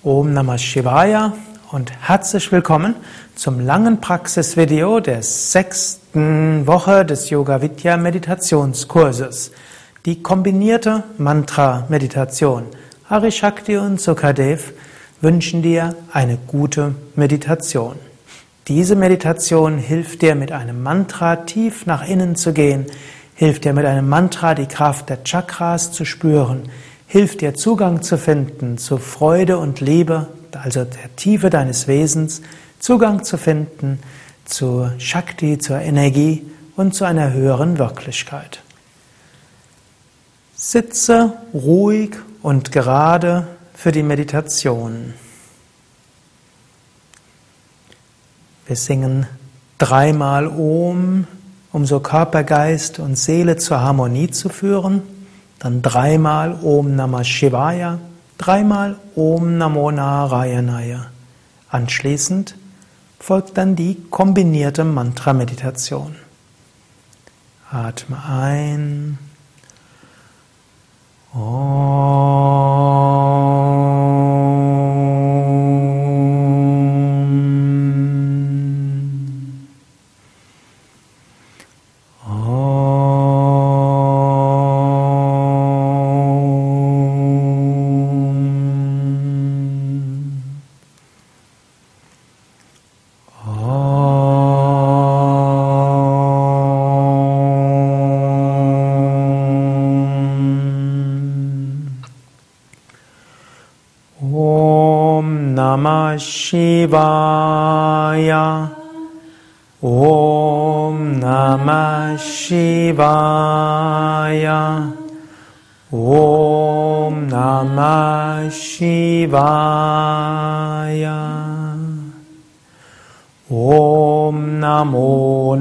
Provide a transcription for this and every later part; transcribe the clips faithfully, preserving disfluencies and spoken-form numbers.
Om Namah Shivaya und herzlich willkommen zum langen Praxisvideo der sechsten Woche des Yoga Vidya Meditationskurses. Die kombinierte Mantra-Meditation. Hari Shakti und Sukadev wünschen dir eine gute Meditation. Diese Meditation hilft dir, mit einem Mantra tief nach innen zu gehen, hilft dir, mit einem Mantra die Kraft der Chakras zu spüren, hilft dir, Zugang zu finden zu Freude und Liebe, also der Tiefe deines Wesens, Zugang zu finden zu Shakti, zur Energie und zu einer höheren Wirklichkeit. Sitze ruhig und gerade für die Meditation. Wir singen dreimal Om, um so Körper, Geist und Seele zur Harmonie zu führen. Dann dreimal Om Namah Shivaya, dreimal Om Namo Narayanaya. Anschließend folgt dann die kombinierte Mantra-Meditation. Atme ein. Om Namah Shivaya. Om Namah Shivaya. Om Namah Shivaya. Om Namo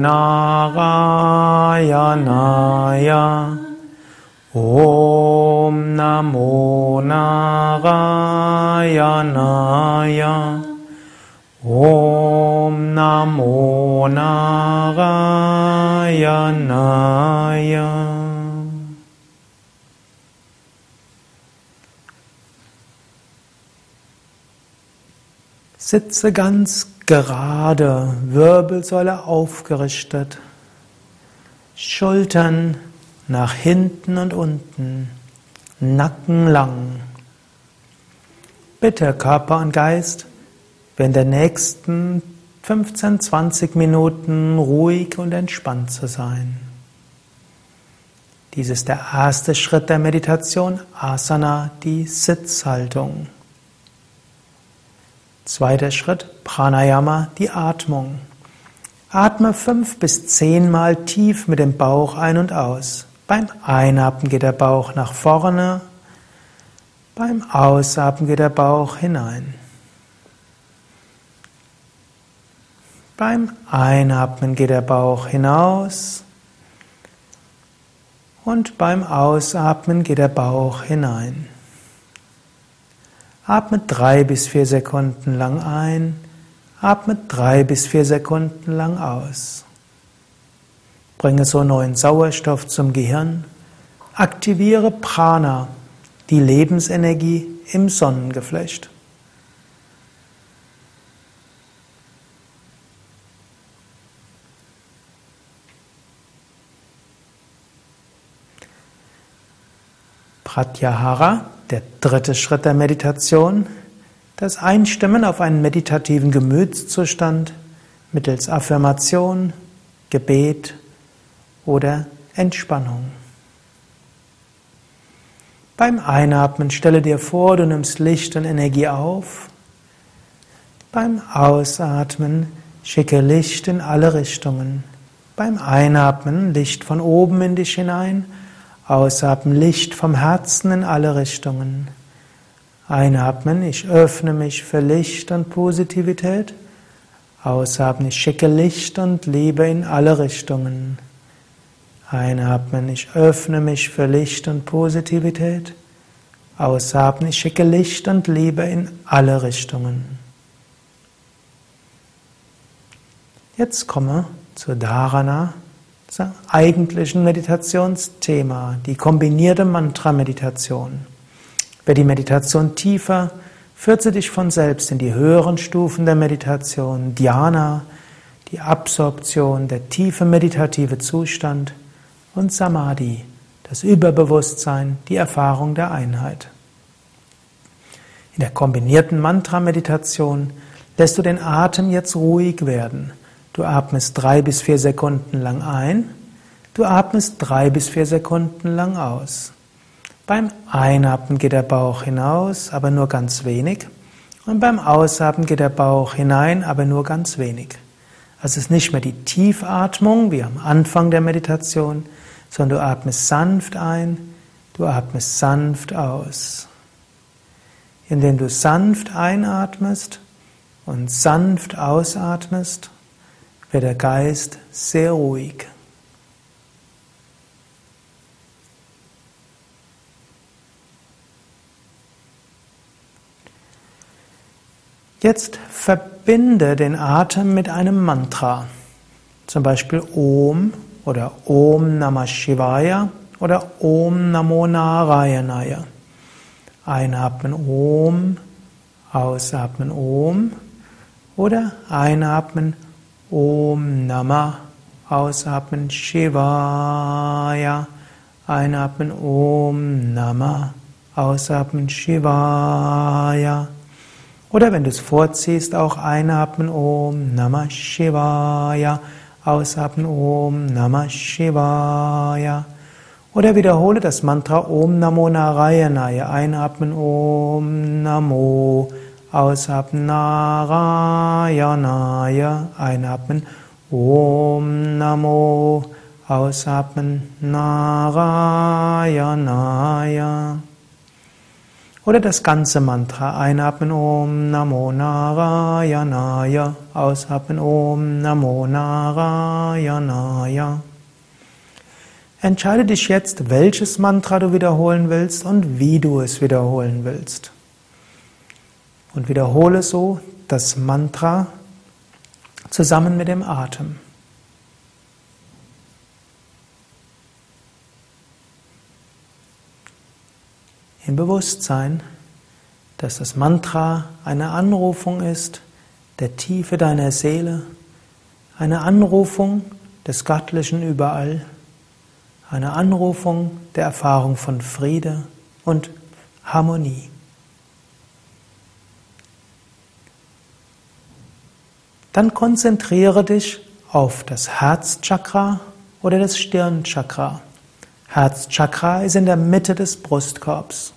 Narayanaya. Om Namo Narayanaya. Om Namo Narayanaya. Sitze ganz gerade, Wirbelsäule aufgerichtet, Schultern nach hinten und unten, Nacken lang. Bitte Körper und Geist, während der nächsten fünfzehn, zwanzig Minuten ruhig und entspannt zu sein. Dies ist der erste Schritt der Meditation, Asana, die Sitzhaltung. Zweiter Schritt, Pranayama, die Atmung. Atme fünf bis zehn Mal tief mit dem Bauch ein und aus. Beim Einatmen geht der Bauch nach vorne, beim Ausatmen geht der Bauch hinein. Beim Einatmen geht der Bauch hinaus und beim Ausatmen geht der Bauch hinein. Atme drei bis vier Sekunden lang ein, atme drei bis vier Sekunden lang aus. Bringe so neuen Sauerstoff zum Gehirn. Aktiviere Prana, die Lebensenergie im Sonnengeflecht. Pratyahara, der dritte Schritt der Meditation, das Einstimmen auf einen meditativen Gemütszustand mittels Affirmation, Gebet oder Entspannung. Beim Einatmen stelle dir vor, du nimmst Licht und Energie auf. Beim Ausatmen schicke Licht in alle Richtungen. Beim Einatmen Licht von oben in dich hinein, Ausatmen Licht vom Herzen in alle Richtungen. Einatmen, ich öffne mich für Licht und Positivität. Ausatmen, ich schicke Licht und Liebe in alle Richtungen. Einatmen, ich öffne mich für Licht und Positivität. Ausatmen, ich schicke Licht und Liebe in alle Richtungen. Jetzt komme zu Dharana, zum eigentlichen Meditationsthema, die kombinierte Mantra-Meditation. Wer die Meditation tiefer führt sie dich von selbst in die höheren Stufen der Meditation, Dhyana, die Absorption, der tiefe meditative Zustand und Samadhi, das Überbewusstsein, die Erfahrung der Einheit. In der kombinierten Mantra-Meditation lässt du den Atem jetzt ruhig werden. Du atmest drei bis vier Sekunden lang ein, du atmest drei bis vier Sekunden lang aus. Beim Einatmen geht der Bauch hinaus, aber nur ganz wenig. Und beim Ausatmen geht der Bauch hinein, aber nur ganz wenig. Also es ist nicht mehr die Tiefatmung wie am Anfang der Meditation, sondern du atmest sanft ein, du atmest sanft aus. Indem du sanft einatmest und sanft ausatmest, wird der Geist sehr ruhig. Jetzt verbinde den Atem mit einem Mantra, zum Beispiel Om oder Om Namah Shivaya oder Om Namo Narayanaya. Einatmen Om, ausatmen Om oder einatmen Om Namah, ausatmen Shivaya, einatmen Om Namah, ausatmen Shivaya. Oder wenn du es vorziehst, auch einatmen Om Namah Shivaya, ausatmen Om Namah Shivaya. Oder wiederhole das Mantra Om Namo Narayanaya, einatmen Om Namo, ausatmen Narayanaya, einatmen Om Namo, ausatmen Narayanaya. Oder das ganze Mantra, einatmen Om Namo Narayanaya, ausatmen Om Namo Narayanaya. Entscheide dich jetzt, welches Mantra du wiederholen willst und wie du es wiederholen willst. Und wiederhole so das Mantra zusammen mit dem Atem. Im Bewusstsein, dass das Mantra eine Anrufung ist der Tiefe deiner Seele, eine Anrufung des Göttlichen überall, eine Anrufung der Erfahrung von Friede und Harmonie. Dann konzentriere dich auf das Herzchakra oder das Stirnchakra. Herzchakra ist in der Mitte des Brustkorbs.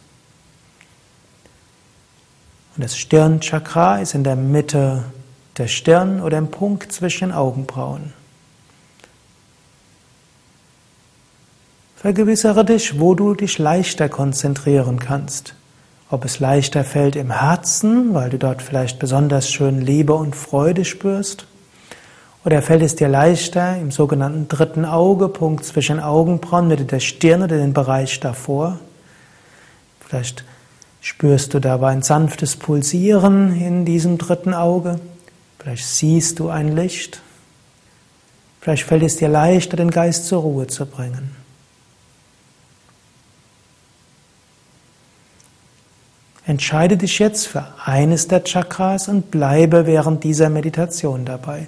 Und das Stirnchakra ist in der Mitte der Stirn oder im Punkt zwischen den Augenbrauen. Vergewissere dich, wo du dich leichter konzentrieren kannst. Ob es leichter fällt im Herzen, weil du dort vielleicht besonders schön Liebe und Freude spürst. Oder fällt es dir leichter im sogenannten dritten Auge, Punkt zwischen den Augenbrauen, Mitte der Stirn oder den Bereich davor. Vielleicht spürst du dabei ein sanftes Pulsieren in diesem dritten Auge. Vielleicht siehst du ein Licht. Vielleicht fällt es dir leichter, den Geist zur Ruhe zu bringen. Entscheide dich jetzt für eines der Chakras und bleibe während dieser Meditation dabei.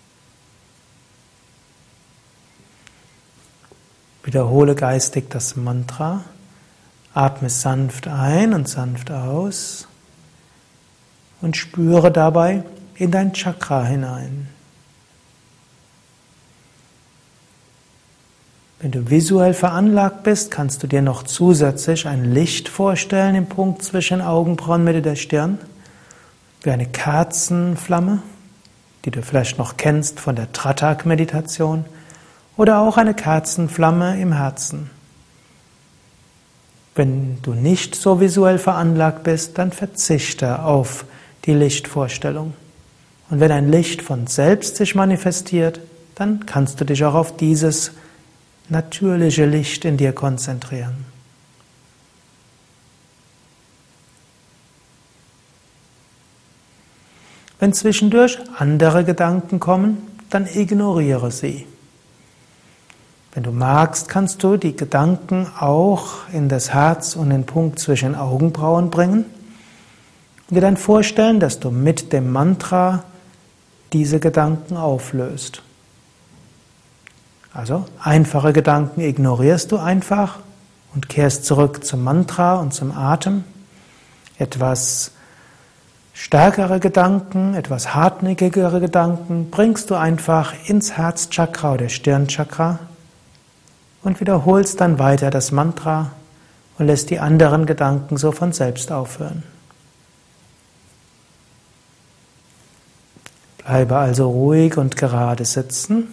Wiederhole geistig das Mantra, atme sanft ein und sanft aus und spüre dabei in dein Chakra hinein. Wenn du visuell veranlagt bist, kannst du dir noch zusätzlich ein Licht vorstellen im Punkt zwischen Augenbrauen, Mitte der Stirn, wie eine Kerzenflamme, die du vielleicht noch kennst von der Tratak-Meditation, oder auch eine Kerzenflamme im Herzen. Wenn du nicht so visuell veranlagt bist, dann verzichte auf die Lichtvorstellung. Und wenn ein Licht von selbst sich manifestiert, dann kannst du dich auch auf dieses natürliche Licht in dir konzentrieren. Wenn zwischendurch andere Gedanken kommen, dann ignoriere sie. Wenn du magst, kannst du die Gedanken auch in das Herz und den Punkt zwischen den Augenbrauen bringen Und dir dann vorstellen, dass du mit dem Mantra diese Gedanken auflöst. Also einfache Gedanken ignorierst du einfach und kehrst zurück zum Mantra und zum Atem. Etwas stärkere Gedanken, etwas hartnäckigere Gedanken bringst du einfach ins Herzchakra oder Stirnchakra und wiederholst dann weiter das Mantra und lässt die anderen Gedanken so von selbst aufhören. Bleibe also ruhig und gerade sitzen.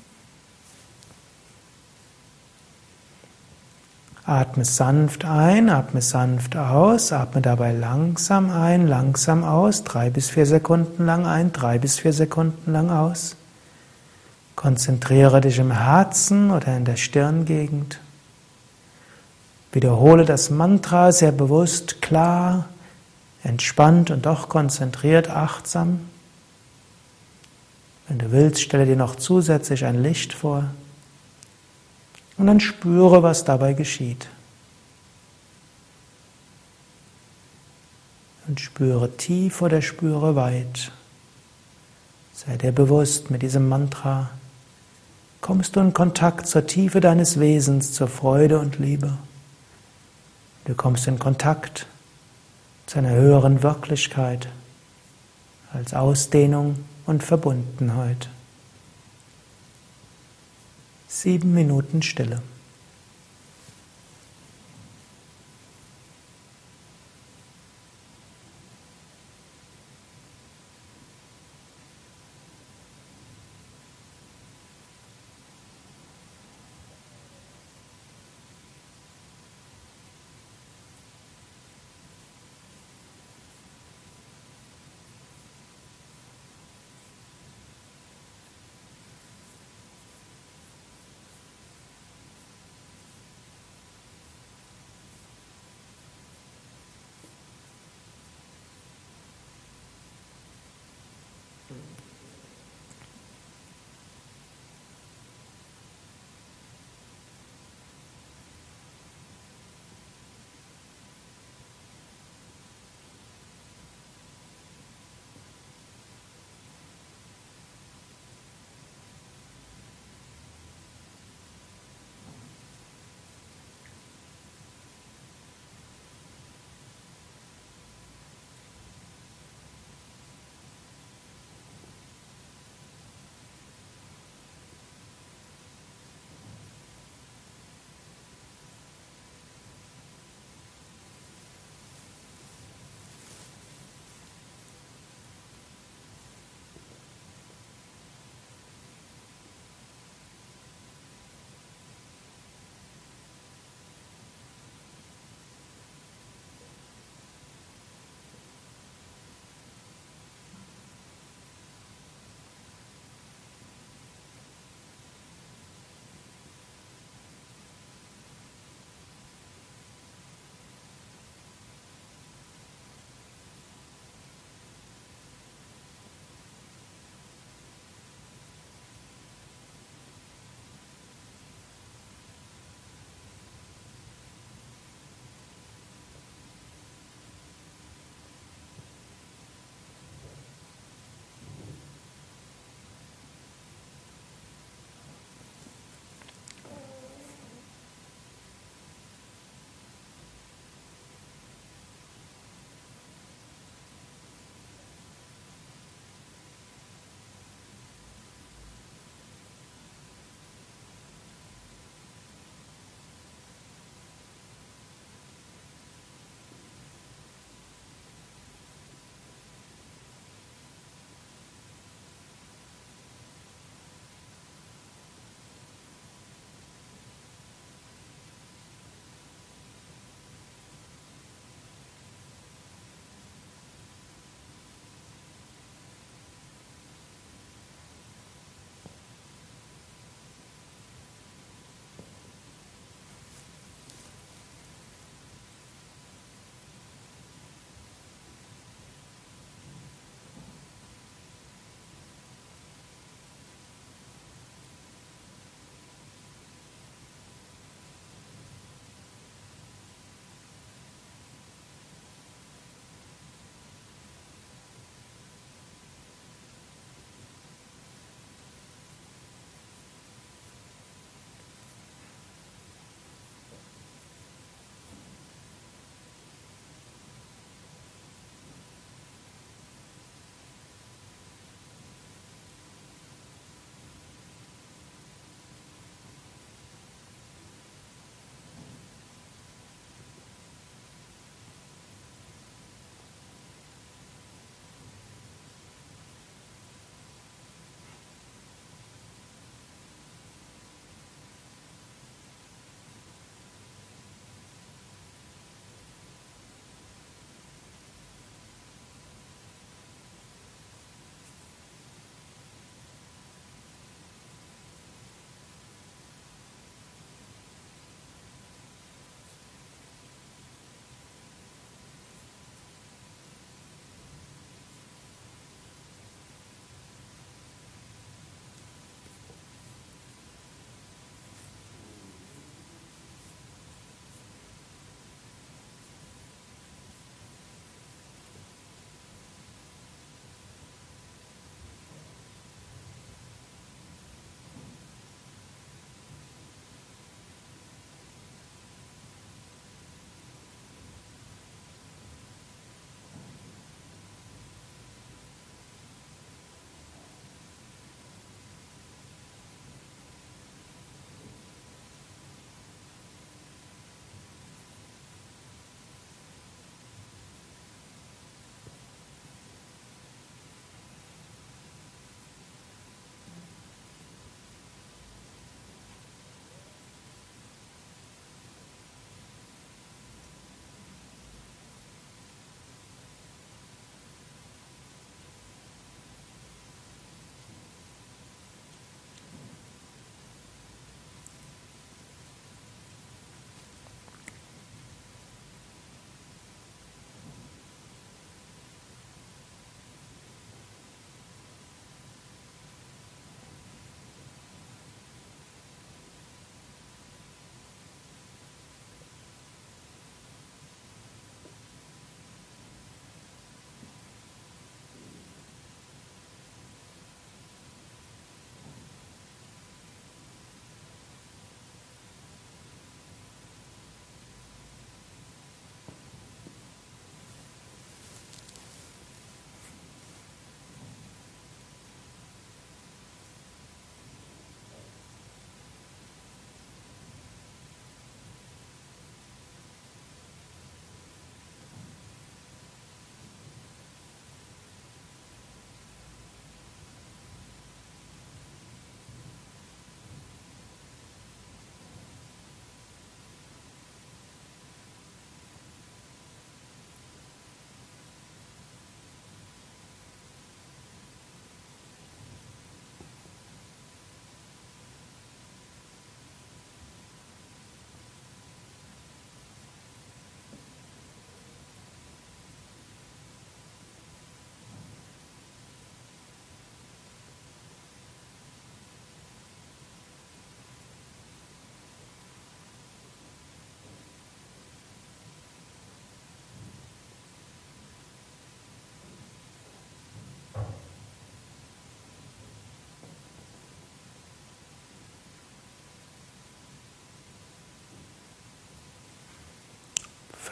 Atme sanft ein, atme sanft aus, atme dabei langsam ein, langsam aus, drei bis vier Sekunden lang ein, drei bis vier Sekunden lang aus. Konzentriere dich im Herzen oder in der Stirngegend. Wiederhole das Mantra sehr bewusst, klar, entspannt und doch konzentriert, achtsam. Wenn du willst, stelle dir noch zusätzlich ein Licht vor. Und dann spüre, was dabei geschieht. Und spüre tief oder spüre weit. Sei dir bewusst, mit diesem Mantra kommst du in Kontakt zur Tiefe deines Wesens, zur Freude und Liebe. Du kommst in Kontakt zu einer höheren Wirklichkeit als Ausdehnung und Verbundenheit. Sieben Minuten Stille.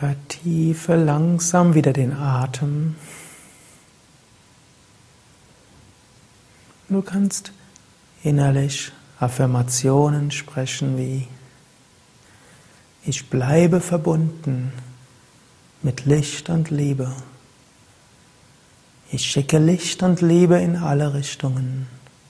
Vertiefe langsam wieder den Atem. Du kannst innerlich Affirmationen sprechen wie: Ich bleibe verbunden mit Licht und Liebe. Ich schicke Licht und Liebe in alle Richtungen.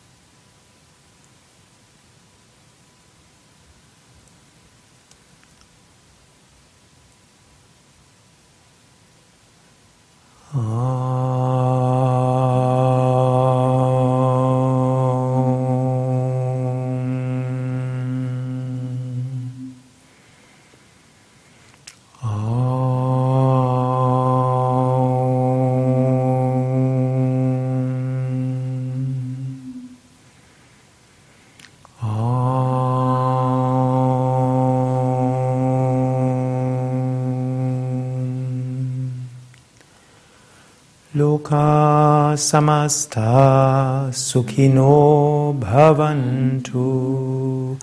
Loka samasta sukhino bhavantu.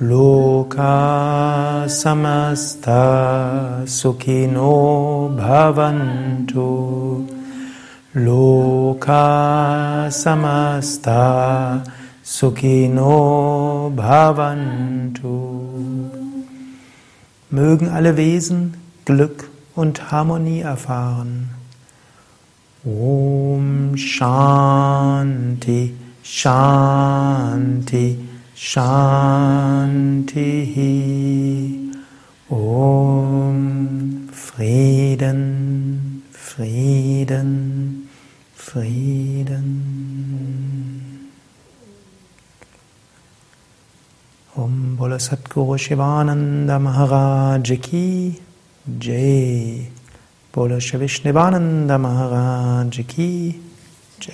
Loka samasta sukhino bhavantu. Loka samasta sukhino bhavantu. Mögen alle Wesen Glück und Harmonie erfahren. Om Shanti, Shanti, Shanti. Om Frieden, Frieden, Frieden. Om Bolo Satguru Shivananda Maharaj Ki Jai. Bolo Shri Vishnevananda Maharaj Ki Jai.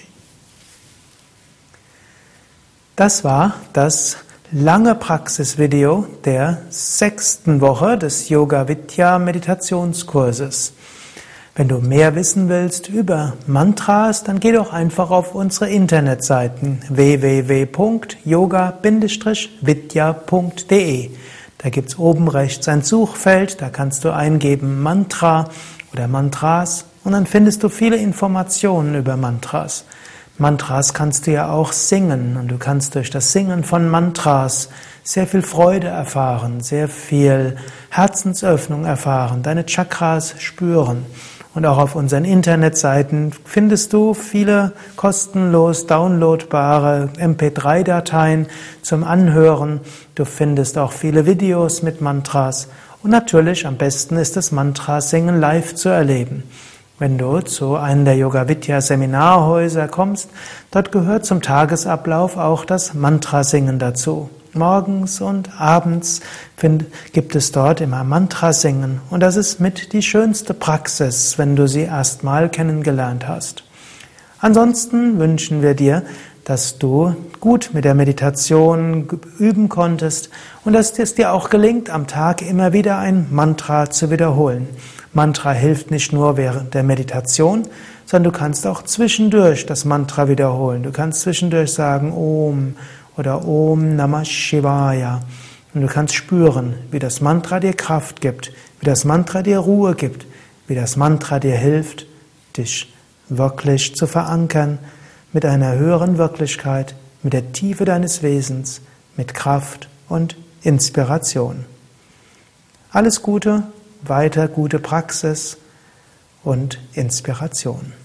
Das war das lange Praxisvideo der sechsten Woche des Yoga Vidya Meditationskurses. Wenn du mehr wissen willst über Mantras, dann geh doch einfach auf unsere Internetseiten w w w punkt yoga vidya punkt de. Da gibt's oben rechts ein Suchfeld, da kannst du eingeben Mantra oder Mantras und dann findest du viele Informationen über Mantras. Mantras kannst du ja auch singen und du kannst durch das Singen von Mantras sehr viel Freude erfahren, sehr viel Herzensöffnung erfahren, deine Chakras spüren. Und auch auf unseren Internetseiten findest du viele kostenlos downloadbare M P drei Dateien zum Anhören. Du findest auch viele Videos mit Mantras. Und natürlich am besten ist das Mantrasingen live zu erleben. Wenn du zu einem der Yoga Vidya Seminarhäuser kommst, dort gehört zum Tagesablauf auch das Mantrasingen dazu. Morgens und abends gibt es dort immer Mantrasingen und das ist mit die schönste Praxis, wenn du sie erstmal kennengelernt hast. Ansonsten wünschen wir dir, dass du gut mit der Meditation üben konntest und dass es dir auch gelingt, am Tag immer wieder ein Mantra zu wiederholen. Mantra hilft nicht nur während der Meditation, sondern du kannst auch zwischendurch das Mantra wiederholen. Du kannst zwischendurch sagen Om oder Om Namah Shivaya. Und du kannst spüren, wie das Mantra dir Kraft gibt, wie das Mantra dir Ruhe gibt, wie das Mantra dir hilft, dich wirklich zu verankern mit einer höheren Wirklichkeit, mit der Tiefe deines Wesens, mit Kraft und Inspiration. Alles Gute, weiter gute Praxis und Inspiration.